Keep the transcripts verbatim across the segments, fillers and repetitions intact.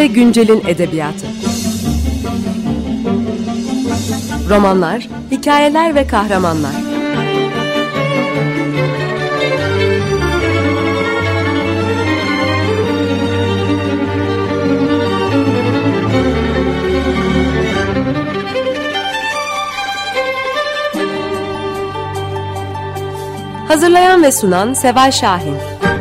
ve güncelin edebiyatı. Romanlar, hikayeler ve kahramanlar. Hazırlayan ve sunan Seval Şahin.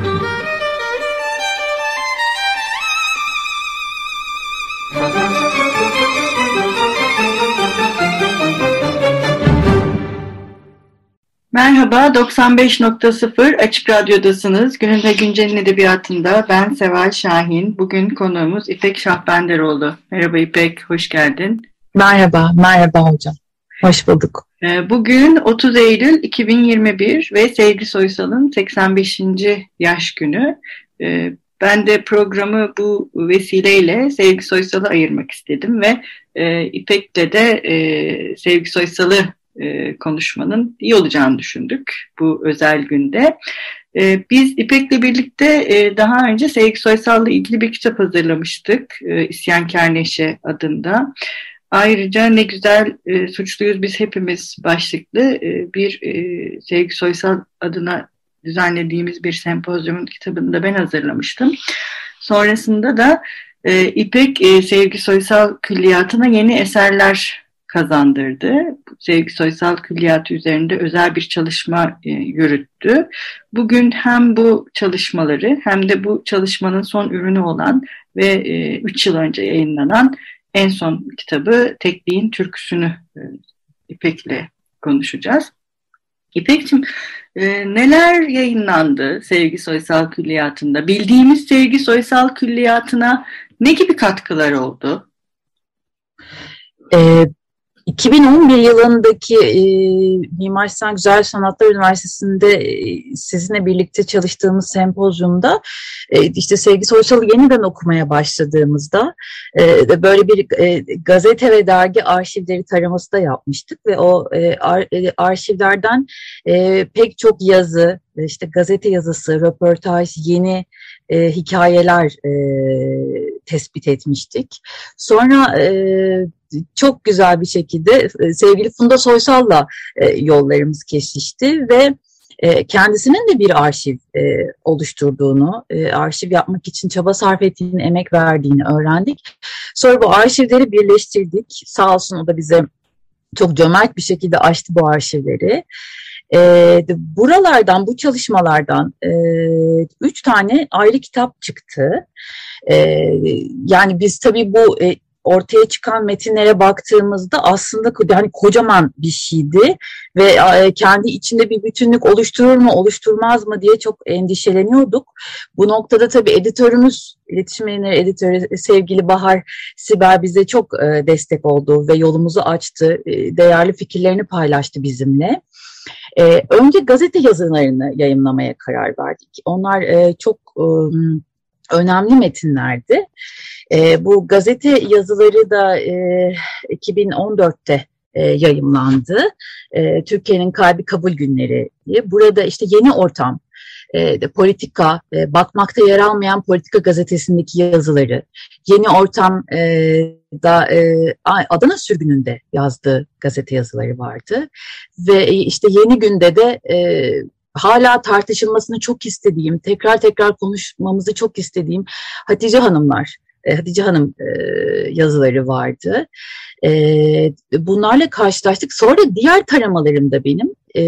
Merhaba, doksan beş nokta sıfır Açık Radyo'dasınız. Günün ve Güncel'in edebiyatında ben Seval Şahin. Bugün konuğumuz İpek Şahbenderoğlu. Merhaba İpek, hoş geldin. Merhaba, merhaba hocam. Hoş bulduk. Bugün otuz Eylül iki bin yirmi bir ve Sevgi Soysal'ın seksen beşinci yaş günü. Ben de programı bu vesileyle Sevgi Soysal'ı ayırmak istedim ve İpek'le de Sevgi Soysal'ı konuşmanın iyi olacağını düşündük bu özel günde. Biz İpek'le birlikte daha önce Sevgi Soysal'la ilgili bir kitap hazırlamıştık. İsyankâr Neşe adında. Ayrıca Ne Güzel e, Suçluyuz Biz Hepimiz başlıklı e, bir e, Sevgi Soysal adına düzenlediğimiz bir sempozyumun kitabını da ben hazırlamıştım. Sonrasında da e, İpek e, Sevgi Soysal Külliyatı'na yeni eserler kazandırdı. Sevgi Soysal Külliyatı üzerinde özel bir çalışma e, yürüttü. Bugün hem bu çalışmaları hem de bu çalışmanın son ürünü olan ve üç yıl önce yayınlanan en son kitabı Tekliğin Türküsünü e, İpek'le konuşacağız. İpek'cim e, neler yayınlandı Sevgi Soysal Külliyatı'nda? Bildiğimiz Sevgi Soysal Külliyatı'na ne gibi katkılar oldu? Evet. iki bin on bir yılındaki e, Mimar Sinan Güzel Sanatlar Üniversitesi'nde e, sizinle birlikte çalıştığımız sempozyumda e, işte Sevgi Soysal'ı yeniden okumaya başladığımızda e, böyle bir e, gazete ve dergi arşivleri taraması da yapmıştık ve o e, ar, e, arşivlerden e, pek çok yazı, işte gazete yazısı, röportaj, yeni e, hikayeler e, tespit etmiştik. Sonra e, çok güzel bir şekilde sevgili Funda Soysal'la e, yollarımız kesişti ve e, kendisinin de bir arşiv e, oluşturduğunu, e, arşiv yapmak için çaba sarf ettiğini, emek verdiğini öğrendik. Sonra bu arşivleri birleştirdik. Sağ olsun o da bize çok cömert bir şekilde açtı bu arşivleri. E, buralardan, bu çalışmalardan e, üç tane ayrı kitap çıktı. E, yani biz tabii bu e, ortaya çıkan metinlere baktığımızda aslında yani kocaman bir şeydi ve kendi içinde bir bütünlük oluşturur mu oluşturmaz mı diye çok endişeleniyorduk. Bu noktada tabii editörümüz, iletişim yayınları editörü sevgili Bahar Sibel bize çok destek oldu ve yolumuzu açtı, değerli fikirlerini paylaştı bizimle. Önce gazete yazılarını yayımlamaya karar verdik. Onlar çok önemli metinlerdi. E, bu gazete yazıları da e, iki bin on dörtte e, yayımlandı. E, Türkiye'nin Kalbi Kabul Günleri diye. Burada işte Yeni Ortam, e, de politika, e, bakmakta yer almayan Politika gazetesindeki yazıları, Yeni Ortam e, da e, Adana sürgününde yazdığı gazete yazıları vardı. Ve e, işte Yeni Günde de e, hala tartışılmasını çok istediğim, tekrar tekrar konuşmamızı çok istediğim Hatice Hanımlar, Hatice Hanım yazıları vardı. Bunlarla karşılaştık. Sonra diğer taramalarımda benim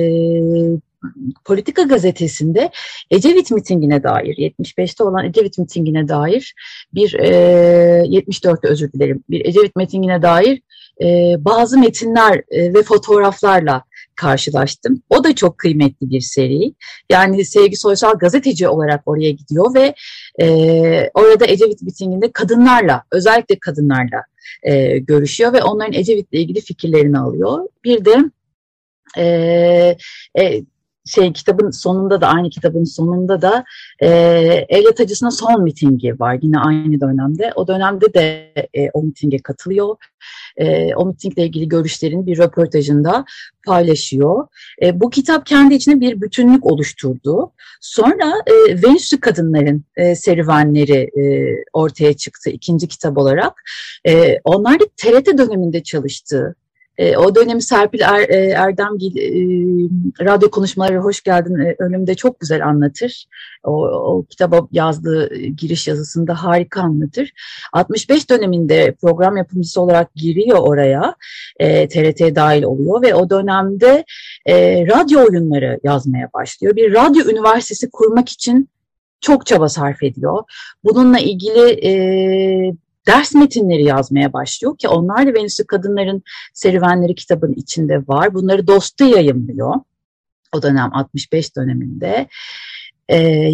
Politika gazetesinde Ecevit mitingine dair, yetmiş beşte olan Ecevit mitingine dair bir, yetmiş dörtte özür dilerim, bir Ecevit mitingine dair bazı metinler ve fotoğraflarla karşılaştım. O da çok kıymetli bir seri. Yani Sevgi Soysal gazeteci olarak oraya gidiyor ve e, orada Ecevit mitinginde kadınlarla, özellikle kadınlarla e, görüşüyor ve onların Ecevit'le ilgili fikirlerini alıyor. Bir de e, e, şey kitabın sonunda da aynı kitabın sonunda da e, Evlat Acısı'nın son mitingi var yine aynı dönemde. O dönemde de e, o mitinge katılıyor. E, o mitingle ilgili görüşlerini bir röportajında paylaşıyor. E, bu kitap kendi içine bir bütünlük oluşturdu. Sonra e, Venüslü Kadınların e, Serüvenleri e, ortaya çıktı ikinci kitap olarak. E, onlar da T R T döneminde çalıştı. E, o dönemi Serpil er, e, Erdemgil e, radyo konuşmaları hoş geldin e, önümde çok güzel anlatır. O, o kitaba yazdığı giriş yazısında harika anlatır. altmış beş döneminde program yapımcısı olarak giriyor oraya. E, T R T'ye dahil oluyor ve o dönemde e, radyo oyunları yazmaya başlıyor. Bir radyo üniversitesi kurmak için çok çaba sarf ediyor. Bununla ilgili e, ders metinleri yazmaya başlıyor ki onlar da Venüslü Kadınların Serüvenleri kitabın içinde var. Bunları Dost'ta yayımlıyor. O dönem altmış beş döneminde. Ee,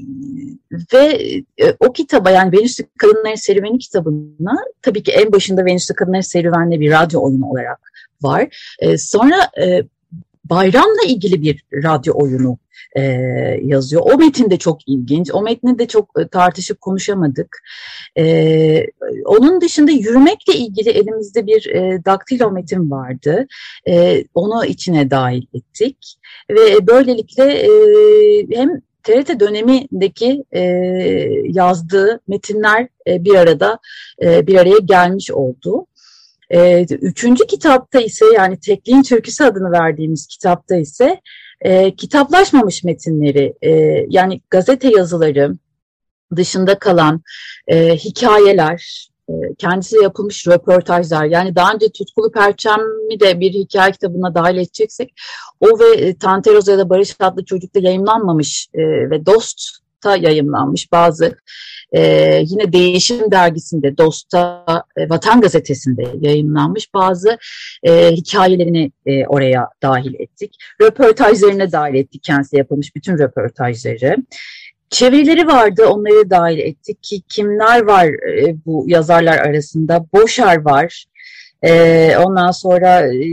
ve e, o kitaba yani Venüslü Kadınların Serüveni kitabına tabii ki en başında Venüslü Kadınların Serüvenleri bir radyo oyunu olarak var. Ee, sonra e, bayramla ilgili bir radyo oyunu e, yazıyor. O metin de çok ilginç. O metni de çok e, tartışıp konuşamadık. E, onun dışında yürümekle ilgili elimizde bir e, daktilo metin vardı. E, onu içine dahil ettik. Ve böylelikle e, hem T R T dönemindeki e, yazdığı metinler e, bir arada e, bir araya gelmiş oldu. E, üçüncü kitapta ise yani Tekliğin Türküsü adını verdiğimiz kitapta ise e, kitaplaşmamış metinleri e, yani gazete yazıları dışında kalan e, hikayeler, e, kendisiyle yapılmış röportajlar yani daha önce Tutkulu Perçem'i de bir hikaye kitabına dahil edeceksek o ve e, Tanteroz ya da Barış adlı çocukta yayımlanmamış e, ve Dost'ta yayımlanmış bazı Ee, yine Değişim dergisinde, Dost'ta, e, Vatan Gazetesi'nde yayınlanmış bazı e, hikayelerini e, oraya dahil ettik. Röportajlarına dahil ettik, kendisi yapılmış bütün röportajları. Çevirileri vardı, onları dahil ettik ki kimler var e, bu yazarlar arasında? Boşar var, e, ondan sonra e,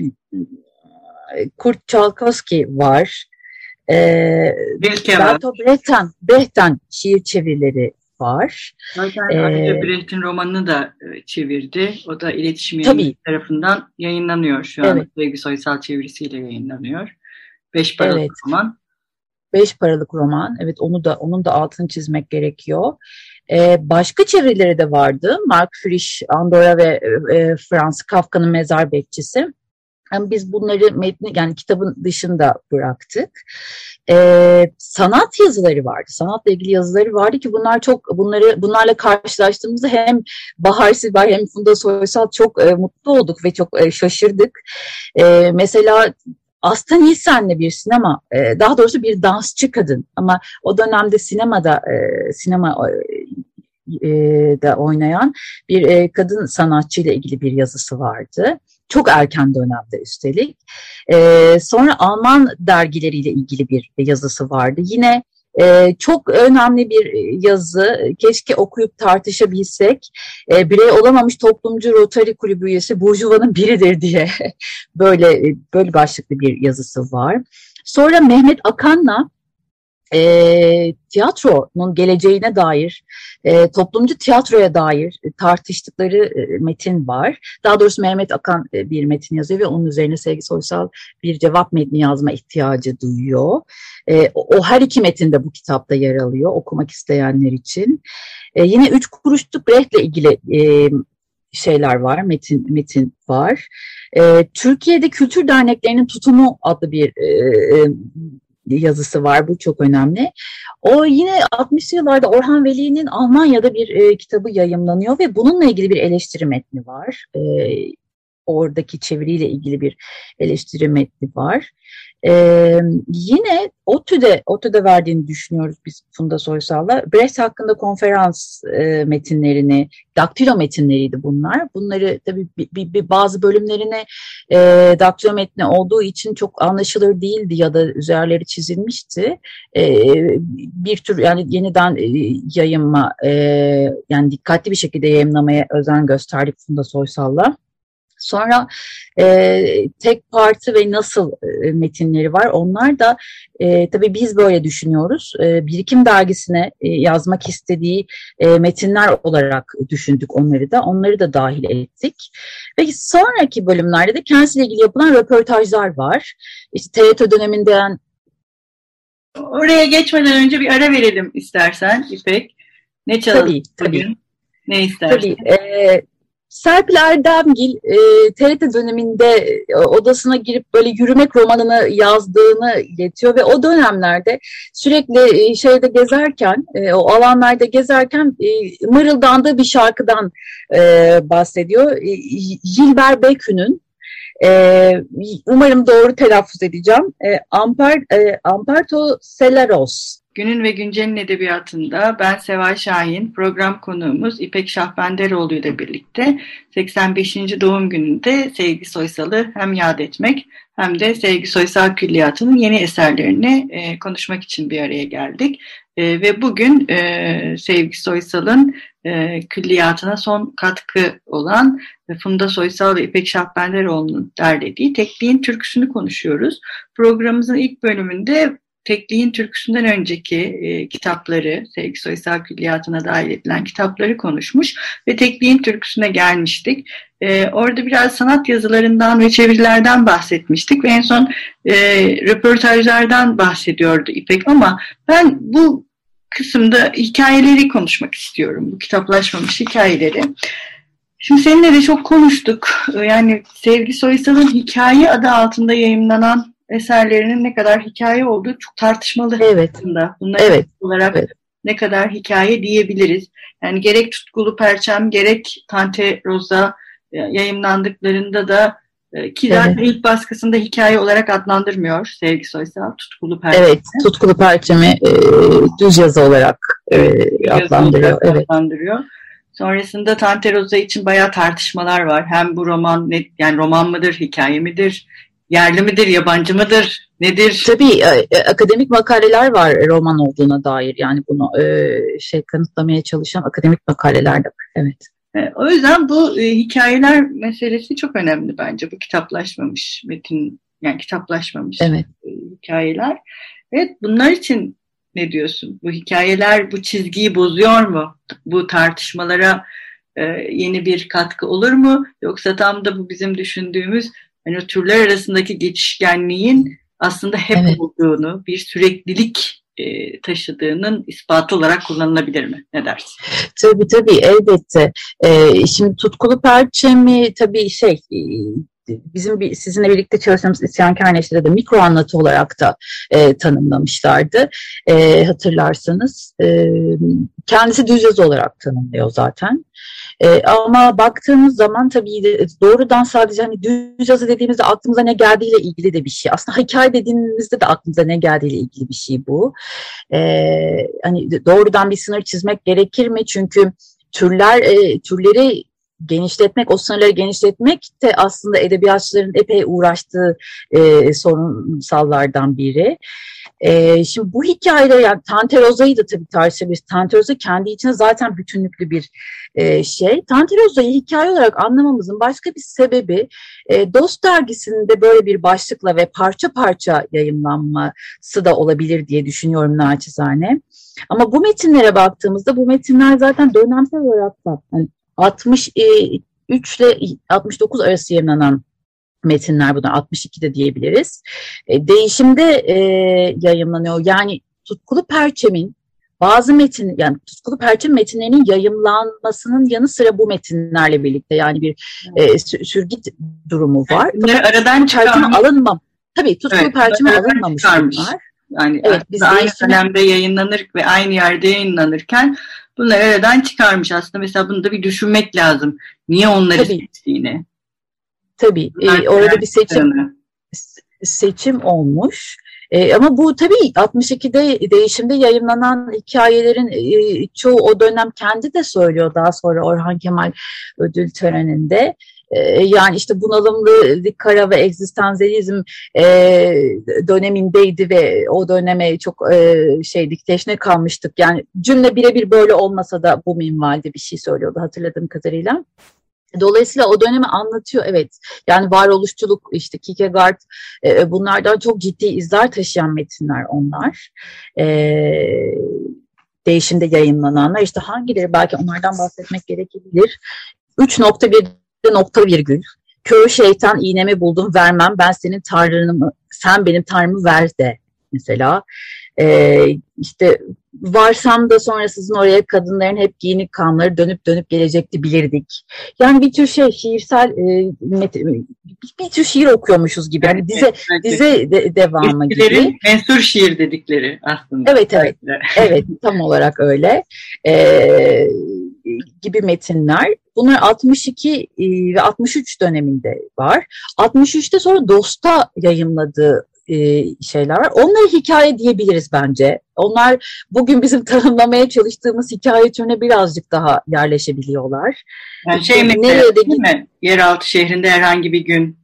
Kurt Çalkowski var. E, Bertolt Brecht'ten, Brecht'ten şiir çevirileri var. Zaten ee, Brecht'in romanını da çevirdi. O da iletişim yayınları tarafından yayınlanıyor şu an. Evet. Sevgi Soysal çevirisiyle yayınlanıyor. Beş paralık evet. roman. Beş paralık roman. Evet onu da onun da altını çizmek gerekiyor. Ee, başka çevirileri de vardı. Mark Frisch, Andorra ve e, Franz Kafka'nın Mezar Bekçisi. Yani biz bunları metni yani kitabın dışında bıraktık. Ee, sanat yazıları vardı. Sanatla ilgili yazıları vardı ki bunlar çok bunları bunlarla karşılaştığımızda hem Bahar Silber hem Funda Soysal çok e, mutlu olduk ve çok e, şaşırdık. E, mesela Asta Nielsen'le bir sinema, e, daha doğrusu bir dansçı kadın ama o dönemde sinemada e, sinema e, da oynayan bir e, kadın sanatçıyla ilgili bir yazısı vardı. Çok erken dönemde üstelik. Ee, sonra Alman dergileriyle ilgili bir yazısı vardı. Yine e, çok önemli bir yazı. Keşke okuyup tartışabilsek. E, birey olamamış toplumcu Rotary Kulübü üyesi Burjuva'nın biridir diye böyle böyle başlıklı bir yazısı var. Sonra Mehmet Akan'la E, tiyatronun geleceğine dair, e, toplumcu tiyatroya dair tartıştıkları e, metin var. Daha doğrusu Mehmet Akan e, bir metin yazıyor ve onun üzerine Sevgi Soysal bir cevap metni yazma ihtiyacı duyuyor. E, o, o her iki metin de bu kitapta yer alıyor okumak isteyenler için. E, yine Üç Kuruşluk Brecht'le ilgili e, şeyler var, metin metin var. E, Türkiye'de Kültür Derneklerinin Tutumu adlı bir e, yazısı var. Bu çok önemli. O yine altmışlı yıllarda Orhan Veli'nin Almanya'da bir e, kitabı yayımlanıyor ve bununla ilgili bir eleştiri metni var. E, oradaki çeviriyle ilgili bir eleştiri metni var. Ee, yine ODTÜ'de, ODTÜ'de verdiğini düşünüyoruz biz Funda Soysal'la. Brecht hakkında konferans e, metinlerini, daktilo metinleriydi bunlar. Bunları tabii bir, bir, bir bazı bölümlerine e, daktilo metni olduğu için çok anlaşılır değildi ya da üzerleri çizilmişti. E, bir tür yani yeniden e, yayınma, e, yani dikkatli bir şekilde yayınlamaya özen gösterdik Funda Soysal'la. Sonra e, tek parti ve nasıl e, metinleri var. Onlar da e, tabii biz böyle düşünüyoruz. E, Birikim dergisine e, yazmak istediği e, metinler olarak düşündük onları da. Onları da dahil ettik. Ve sonraki bölümlerde de kendisiyle ilgili yapılan röportajlar var. İşte T R T döneminden... Oraya geçmeden önce bir ara verelim istersen İpek. Ne çalalım tabii, tabii. bugün? Ne istersin? Tabii. E, Serpil Erdemgil e, T R T döneminde e, odasına girip böyle Yürümek romanını yazdığını iletiyor ve o dönemlerde sürekli e, şeyde gezerken, e, o alanlarda gezerken e, mırıldandığı bir şarkıdan e, bahsediyor. E, Gilbert Bécu'nun, e, umarım doğru telaffuz edeceğim, e, Amper, e, Amperto Celeros. Günün ve Güncel'in edebiyatında ben Seval Şahin, program konuğumuz İpek Şahbenderoğlu ile birlikte seksen beşinci doğum gününde Sevgi Soysal'ı hem yad etmek hem de Sevgi Soysal Külliyatı'nın yeni eserlerini e, konuşmak için bir araya geldik. E, ve bugün e, Sevgi Soysal'ın e, külliyatına son katkı olan Funda Soysal ve İpek Şahbenderoğlu'nun derlediği Tekliğin Türküsü'nü konuşuyoruz. Programımızın ilk bölümünde Tekliğin Türküsü'nden önceki e, kitapları, Sevgi Soysal Külliyatı'na dahil edilen kitapları konuşmuş ve Tekliğin Türküsü'ne gelmiştik. E, orada biraz sanat yazılarından ve çevirilerden bahsetmiştik ve en son e, röportajlardan bahsediyordu İpek, ama ben bu kısımda hikayeleri konuşmak istiyorum, bu kitaplaşmamış hikayeleri. Şimdi seninle de çok konuştuk, yani Sevgi Soysal'ın Hikaye adı altında yayımlanan eserlerinin ne kadar hikaye olduğu çok tartışmalı. Evet. Aslında. Bunlar evet. olarak evet. ne kadar hikaye diyebiliriz. Yani gerek Tutkulu Perçem, gerek Tante Rosa yayımlandıklarında da ki zaten evet. ilk baskısında hikaye olarak adlandırmıyor Sevgi Soysal, Tutkulu Perçem. Evet, Tutkulu Perçem'i e, düz yazı olarak e, adlandırıyor. Olarak evet. adlandırıyor. Sonrasında Tante Rosa için bayağı tartışmalar var. Hem bu roman ne, yani roman mıdır, hikaye midir? Yerli midir, yabancı mıdır, nedir? Tabii e, akademik makaleler var roman olduğuna dair, yani bunu e, şey kanıtlamaya çalışan akademik makaleler de var. Evet. E, o yüzden bu e, hikayeler meselesi çok önemli bence, bu kitaplaşmamış metin, yani kitaplaşmamış evet. e, hikayeler. Evet, bunlar için ne diyorsun? Bu hikayeler bu çizgiyi bozuyor mu? Bu tartışmalara e, yeni bir katkı olur mu? Yoksa tam da bu bizim düşündüğümüz yani o türler arasındaki geçişkenliğin aslında hep evet. olduğunu, bir süreklilik e, taşıdığının ispatı olarak kullanılabilir mi? Ne dersin? Tabii tabii, elbette. Ee, şimdi Tutkulu Perçem'i tabii şey, e, bizim bir, sizinle birlikte çalıştığımız İsyankâr Neşri'de de mikro anlatı olarak da e, tanımlamışlardı. E, hatırlarsanız. E, kendisi düz yazı olarak tanımlıyor zaten. E, ama baktığımız zaman tabii doğrudan sadece hani düz yazı dediğimizde aklımıza ne geldiğiyle ilgili de bir şey. Aslında hikaye dediğimizde de aklımıza ne geldiğiyle ilgili bir şey bu. E, hani doğrudan bir sınır çizmek gerekir mi? Çünkü türler e, türleri genişletmek, o sınırları genişletmek de aslında edebiyatçıların epey uğraştığı e, sorunsallardan biri. E, şimdi bu hikayeler, yani Tante Rosa'yı da tabii tartışabiliriz. Tante Rosa kendi içine zaten bütünlüklü bir e, şey. Tante Rosa'yı hikaye olarak anlamamızın başka bir sebebi e, Dost dergisinde böyle bir başlıkla ve parça parça yayımlanması da olabilir diye düşünüyorum naçizane. Ama bu metinlere baktığımızda bu metinler zaten dönemsel olarak da yani altmış üç ile altmış dokuz arası yayınlanan metinler, bunlar altmış iki de diyebiliriz. E, değişimde e, yayımlanıyor. Yani Tutkulu Perçem'in bazı metin, yani Tutkulu Perçem metinlerinin yayımlanmasının yanı sıra bu metinlerle birlikte yani bir e, sürgit durumu var. Bunları aradan çıkarmış. Alınmam. Tabii Tutkulu evet, Perçem'e alınmamış bunlar. Yani evet, biz aynı değişimi... dönemde yayınlanır ve aynı yerde yayınlanırken bunları aradan çıkarmış. Aslında mesela bunu da bir düşünmek lazım. Niye onları Tabii. seçtiğini. Tabii. Ee, orada bir seçim seçim olmuş. Ee, ama bu tabii altmış ikide değişimde yayınlanan hikayelerin e, çoğu o dönem kendi de söylüyor daha sonra Orhan Kemal ödül töreninde. Yani işte bunalımlı kara ve egzistansiyelizm e, dönemindeydi ve o döneme çok e, şeydik, teşne kalmıştık. Yani cümle birebir böyle olmasa da bu minvalde bir şey söylüyordu hatırladığım kadarıyla. Dolayısıyla o dönemi anlatıyor, evet. Yani varoluşçuluk, işte Kierkegaard, e, bunlardan çok ciddi izler taşıyan metinler onlar. E, değişimde yayınlananlar, işte hangileri, belki onlardan bahsetmek gerekebilir. üç nokta bir nokta virgül. Kör şeytan iğnemi buldum vermem, ben senin tanrını, sen benim tanrımı ver de mesela. Ee, işte varsam da sonra sizin oraya kadınların hep giyinik kanları dönüp dönüp gelecekti bilirdik. Yani bir tür şey, şiirsel e, met- bir tür şiir okuyormuşuz gibi. Yani dize evet, dize de, devamı Eskilerin gibi. mensur şiir dedikleri aslında. Evet evet. Evet, tam olarak öyle. Ee, gibi metinler. Bunlar altmış iki ve altmış üç döneminde var. altmış üçte sonra Dost'a yayımladığı şeyler var. Onları hikaye diyebiliriz bence. Onlar bugün bizim tanımlamaya çalıştığımız hikaye türüne birazcık daha yerleşebiliyorlar. Yani şey mi, nereye de değil mi? Yeraltı şehrinde herhangi bir gün.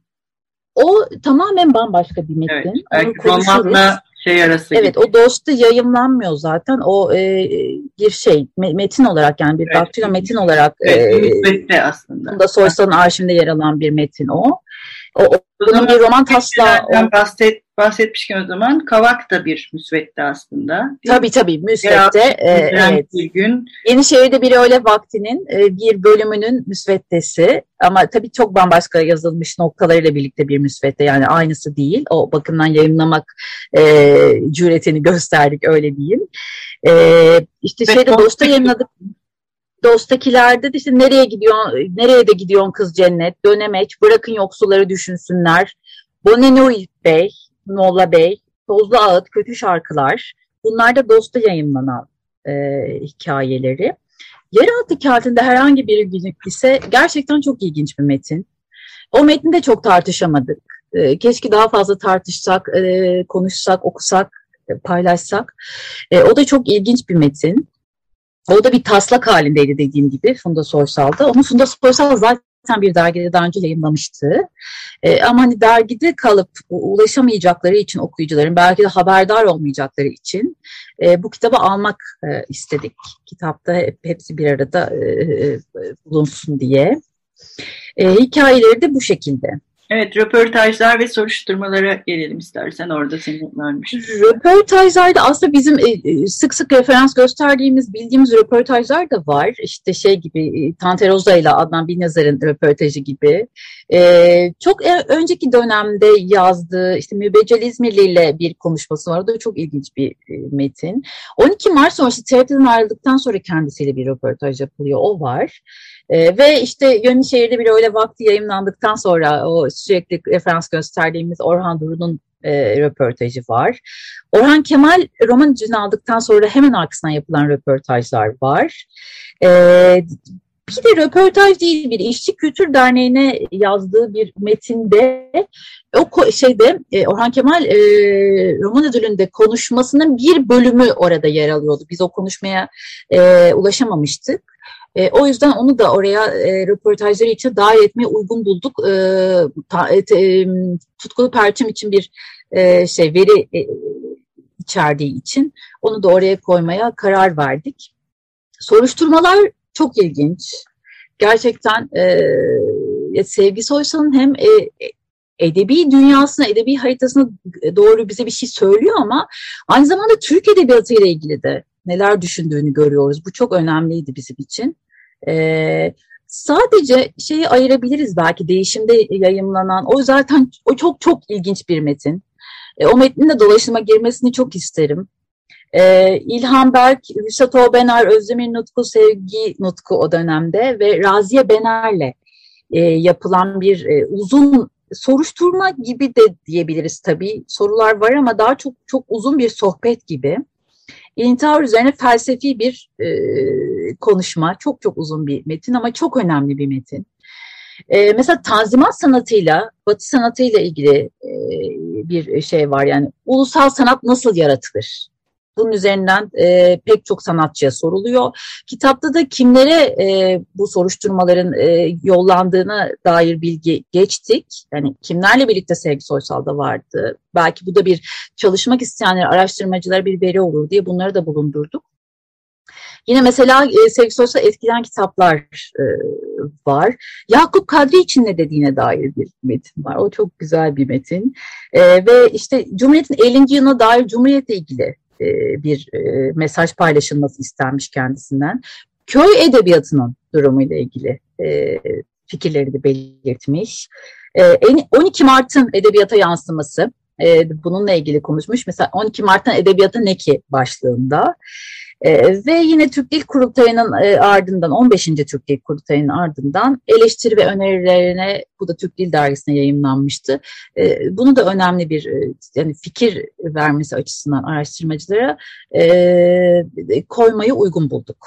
O tamamen bambaşka bir metin. Evet, belki romanla şey arası evet, gibi. O Dost'ta yayımlanmıyor zaten. O e, bir şey, metin olarak, yani bir evet, daktilo metin olarak evet, e, aslında. Funda Soysal'ın arşivinde yer alan bir metin o. O, o bunun bir roman taslağı. Bahset, bahsetmişken o zaman Kavak da bir müsvedde aslında. Tabii tabii müsvedde. E, evet. Bir gün. Yenişehir'de bir öyle vaktinin e, bir bölümünün müsveddesi. Ama tabii çok bambaşka yazılmış noktalarıyla birlikte bir müsvedde. Yani aynısı değil. O bakımdan yayınlamak e, cüretini gösterdik, öyle diyeyim. E, işte evet, şeyde Dost'a yayınladık. Dost'takilerde de işte nereye gidiyorsun, nereye de gidiyorsun kız cennet, dönemeç, bırakın yoksulları düşünsünler, Bonenoi Bey, Molla Bey, Tozlu Ağıt, kötü şarkılar, bunlar da Dost'ta yayınlanan e, hikayeleri. Yeraltı kağıtında herhangi bir günlük ise gerçekten çok ilginç bir metin. O metni de çok tartışamadık. E, keşke daha fazla tartışsak, e, konuşsak, okusak, e, paylaşsak. E, o da çok ilginç bir metin. O da bir taslak halindeydi dediğim gibi Funda Soysal'da. Onu Funda Soysal zaten bir dergide daha önce yayınlamıştı. Ee, ama hani dergide kalıp ulaşamayacakları için okuyucuların, belki de haberdar olmayacakları için e, bu kitabı almak e, istedik. Kitapta hep, hepsi bir arada e, e, bulunsun diye. E, hikayeleri de bu şekilde. Evet, röportajlar ve soruşturmalara gelelim istersen, orada seni vermiştim. Röportajlarda aslında bizim sık sık referans gösterdiğimiz, bildiğimiz röportajlar da var. İşte şey gibi, Tanter Oza ile Adnan Bilnazar'ın röportajı gibi. Ee, çok önceki dönemde yazdığı, işte Mübeccel İzmirli ile bir konuşması var. O da çok ilginç bir metin. on iki Mart sonrası T R T'den ayrıldıktan sonra kendisiyle bir röportaj yapılıyor. O var. Ee, ve işte Yenişehir'de bir öyle vakti yayımlandıktan sonra o sürekli referans gösterdiğimiz Orhan Duru'nun e, röportajı var. Orhan Kemal roman ödülünü aldıktan sonra hemen arkasından yapılan röportajlar var. Ee, bir de röportaj değil, bir İşçi Kültür Derneği'ne yazdığı bir metinde o şeyde e, Orhan Kemal e, roman ödülünde konuşmasının bir bölümü orada yer alıyordu. Biz o konuşmaya e, ulaşamamıştık. E, o yüzden onu da oraya e, röportajları için dahil etmeye uygun bulduk. E, ta, e, Tutkulu Perçem için bir e, şey veri e, içerdiği için onu da oraya koymaya karar verdik. Soruşturmalar çok ilginç. Gerçekten e, Sevgi Soysal'ın hem e, edebi dünyasına, edebi haritasına doğru bize bir şey söylüyor ama aynı zamanda Türk edebiyatı ile ilgili de neler düşündüğünü görüyoruz. Bu çok önemliydi bizim için. Ee, sadece şeyi ayırabiliriz belki, değişimde yayımlanan, o zaten o çok çok ilginç bir metin. Ee, o metnin de dolaşıma girmesini çok isterim. Ee, İlhan Berk, Hüsat Obener, Özdemir Nutku, Sevgi Nutku o dönemde ve Raziye Bener'le e, yapılan bir e, uzun soruşturma gibi de diyebiliriz tabii. Sorular var ama daha çok çok uzun bir sohbet gibi. İntihar üzerine felsefi bir e, konuşma. Çok çok uzun bir metin ama çok önemli bir metin. E, mesela Tanzimat sanatıyla, Batı sanatıyla ilgili e, bir şey var. Yani ulusal sanat nasıl yaratılır? Bunun üzerinden e, pek çok sanatçıya soruluyor. Kitapta da kimlere e, bu soruşturmaların e, yollandığına dair bilgi geçtik. Yani kimlerle birlikte Sevgi Soysal'da vardı. Belki bu da bir çalışmak isteyenler, araştırmacılara bir veri olur diye bunları da bulundurduk. Yine mesela e, Sevgi Soysal'ı etkileyen kitaplar e, var. Yakup Kadri için ne dediğine dair bir metin var. O çok güzel bir metin. E, ve işte Cumhuriyet'in ellinci yılına dair Cumhuriyet'le ilgili e, bir e, mesaj paylaşılması istenmiş kendisinden. Köy edebiyatının durumuyla ilgili e, fikirleri de belirtmiş. E, on iki Mart'ın edebiyata yansıması, e, bununla ilgili konuşmuş. Mesela on iki Mart'tan edebiyata ne ki başlığında. Ee, ve yine Türk Dil Kurultayı'nın e, ardından, on beşinci Türk Dil Kurultayı'nın ardından eleştiri ve önerilerine, bu da Türk Dil Dergisi'ne yayımlanmıştı. E, bunu da önemli bir e, yani fikir vermesi açısından araştırmacılara e, koymayı uygun bulduk.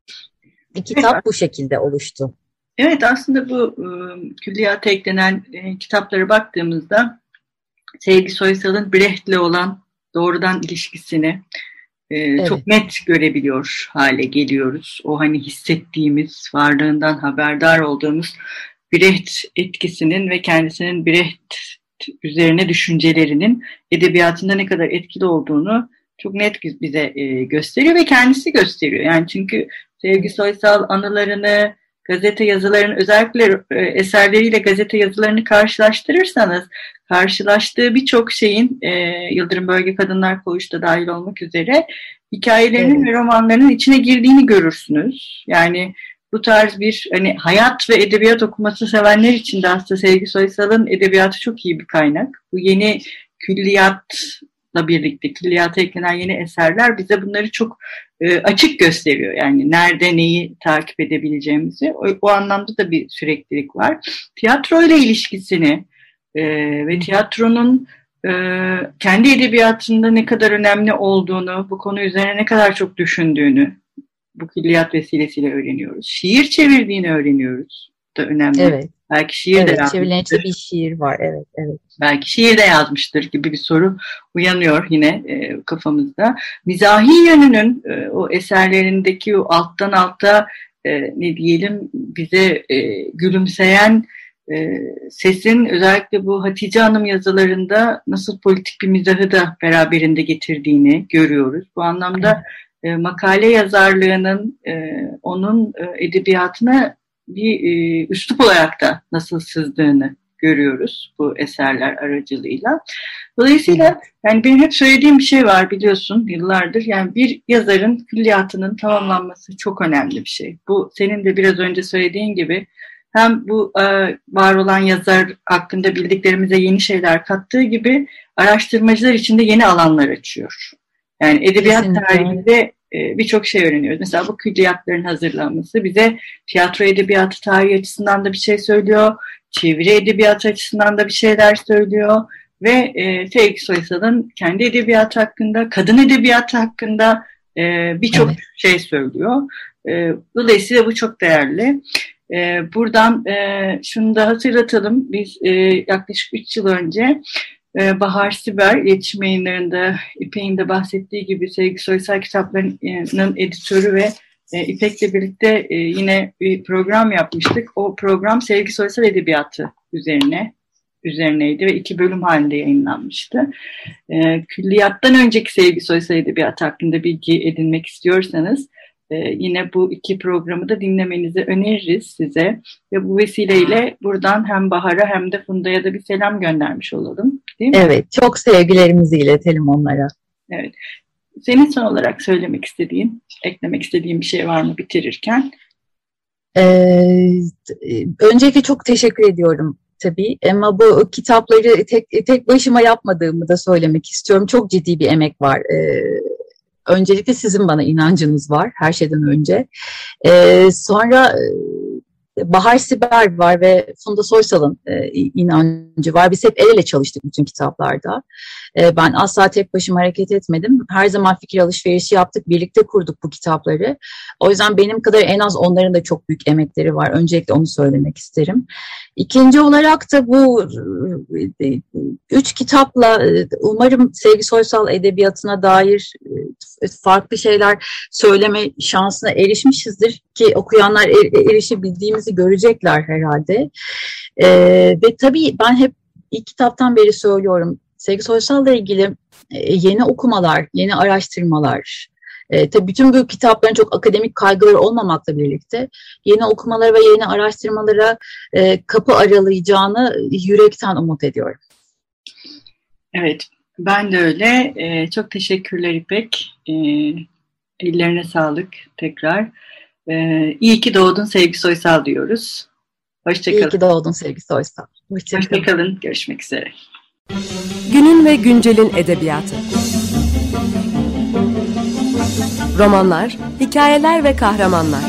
Bir kitap evet. Bu şekilde oluştu. Evet, aslında bu e, külliyata eklenen e, kitaplara baktığımızda Sevgi Soysal'ın Brecht'le olan doğrudan ilişkisini Ee, evet. çok net görebiliyor hale geliyoruz. O hani hissettiğimiz, varlığından haberdar olduğumuz Brecht etkisinin ve kendisinin Brecht üzerine düşüncelerinin edebiyatında ne kadar etkili olduğunu çok net bize e, gösteriyor ve kendisi gösteriyor. Yani çünkü Sevgi Soysal anılarını, gazete yazılarını, özellikle e, eserleriyle gazete yazılarını karşılaştırırsanız, karşılaştığı birçok şeyin, e, Yıldırım Bölge Kadınlar Koğuş'ta dahil olmak üzere, hikayelerinin evet. ve romanlarının içine girdiğini görürsünüz. Yani bu tarz bir hani hayat ve edebiyat okuması sevenler için de aslında Sevgi Soysal'ın edebiyatı çok iyi bir kaynak. Bu yeni külliyatla birlikte, külliyata eklenen yeni eserler bize bunları çok e, açık gösteriyor. Yani nerede neyi takip edebileceğimizi. O, o anlamda da bir süreklilik var. Tiyatro ile ilişkisini Ee, ve tiyatronun e, kendi edebiyatında ne kadar önemli olduğunu, bu konu üzerine ne kadar çok düşündüğünü bu külliyat vesilesiyle öğreniyoruz. Şiir çevirdiğini öğreniyoruz. Bu da önemli. Evet. Belki şiir evet, de yazmıştır. Çevrilen işte bir şiir var. Evet, evet. Belki şiir de yazmıştır gibi bir soru uyanıyor yine e, kafamızda. Mizahi yönünün e, o eserlerindeki o alttan alta e, ne diyelim bize e, gülümseyen E, sesin özellikle bu Hatice Hanım yazılarında nasıl politik bir mizahı da beraberinde getirdiğini görüyoruz. Bu anlamda e, makale yazarlığının e, onun e, edebiyatına bir e, üslup olarak da nasıl sızdığını görüyoruz bu eserler aracılığıyla. Dolayısıyla yani benim hep söylediğim bir şey var biliyorsun yıllardır. Yani bir yazarın külliyatının tamamlanması çok önemli bir şey. Bu senin de biraz önce söylediğin gibi hem bu e, var olan yazar hakkında bildiklerimize yeni şeyler kattığı gibi araştırmacılar için de yeni alanlar açıyor. Yani edebiyat Kesinlikle. tarihinde e, birçok şey öğreniyoruz. Mesela bu külliyatların hazırlanması bize tiyatro edebiyatı tarihi açısından da bir şey söylüyor. Çeviri edebiyatı açısından da bir şeyler söylüyor. Ve e, Sevgi Soysal'ın kendi edebiyatı hakkında, kadın edebiyatı hakkında e, birçok evet. şey söylüyor. E, dolayısıyla bu çok değerli. Ee, buradan e, şunu da hatırlatalım. Biz e, yaklaşık üç yıl önce e, Bahar Siber iletişim yayınlarında İpek'in de bahsettiği gibi Sevgi Soysal kitaplarının editörü ve e, İpek'le birlikte e, yine bir program yapmıştık. O program Sevgi Soysal Edebiyatı üzerine üzerineydi ve iki bölüm halinde yayınlanmıştı. E, külliyattan önceki Sevgi Soysal Edebiyatı hakkında bilgi edinmek istiyorsanız Ee, yine bu iki programı da dinlemenizi öneririz size. Ve bu vesileyle buradan hem Bahar'a hem de Funda'ya da bir selam göndermiş olalım. Değil mi? Evet, çok sevgilerimizi iletelim onlara. Evet. Senin son olarak söylemek istediğin, eklemek istediğin bir şey var mı bitirirken? Ee, öncelikle çok teşekkür ediyorum tabii. Ama bu kitapları tek, tek başıma yapmadığımı da söylemek istiyorum. Çok ciddi bir emek var. Ee, Öncelikle sizin bana inancınız var her şeyden önce. Ee, sonra e, Bahar Siber var ve Funda Soysal'ın e, inancı var. Biz hep el ele çalıştık bütün kitaplarda. E, ben asla tek başıma hareket etmedim. Her zaman fikir alışverişi yaptık. Birlikte kurduk bu kitapları. O yüzden benim kadar en az onların da çok büyük emekleri var. Öncelikle onu söylemek isterim. İkinci olarak da bu e, üç kitapla e, umarım Sevgi Soysal edebiyatına dair e, farklı şeyler söyleme şansına erişmişizdir ki okuyanlar er, erişebildiğimizi görecekler herhalde. E, ve tabii ben hep ilk kitaptan beri söylüyorum. Sevgi Soysal'la ilgili e, yeni okumalar, yeni araştırmalar, E, tabii bütün bu kitapların çok akademik kaygıları olmamakla birlikte yeni okumalara ve yeni araştırmalara e, kapı aralayacağını yürekten umut ediyorum. Evet, ben de öyle. E, çok teşekkürler İpek. E, ellerine sağlık tekrar. E, iyi ki doğdun Sevgi Soysal diyoruz. Hoşçakalın. İyi ki doğdun Sevgi Soysal. Hoşçakalın. Hoşçakalın. Görüşmek üzere. Günün ve güncelin edebiyatı. Romanlar, hikayeler ve kahramanlar.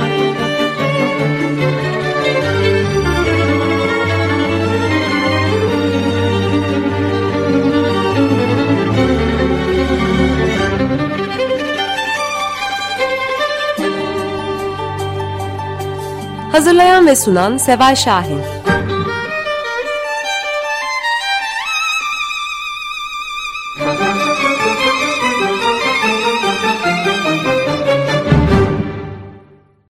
Hazırlayan ve sunan Seval Şahin. Thank you.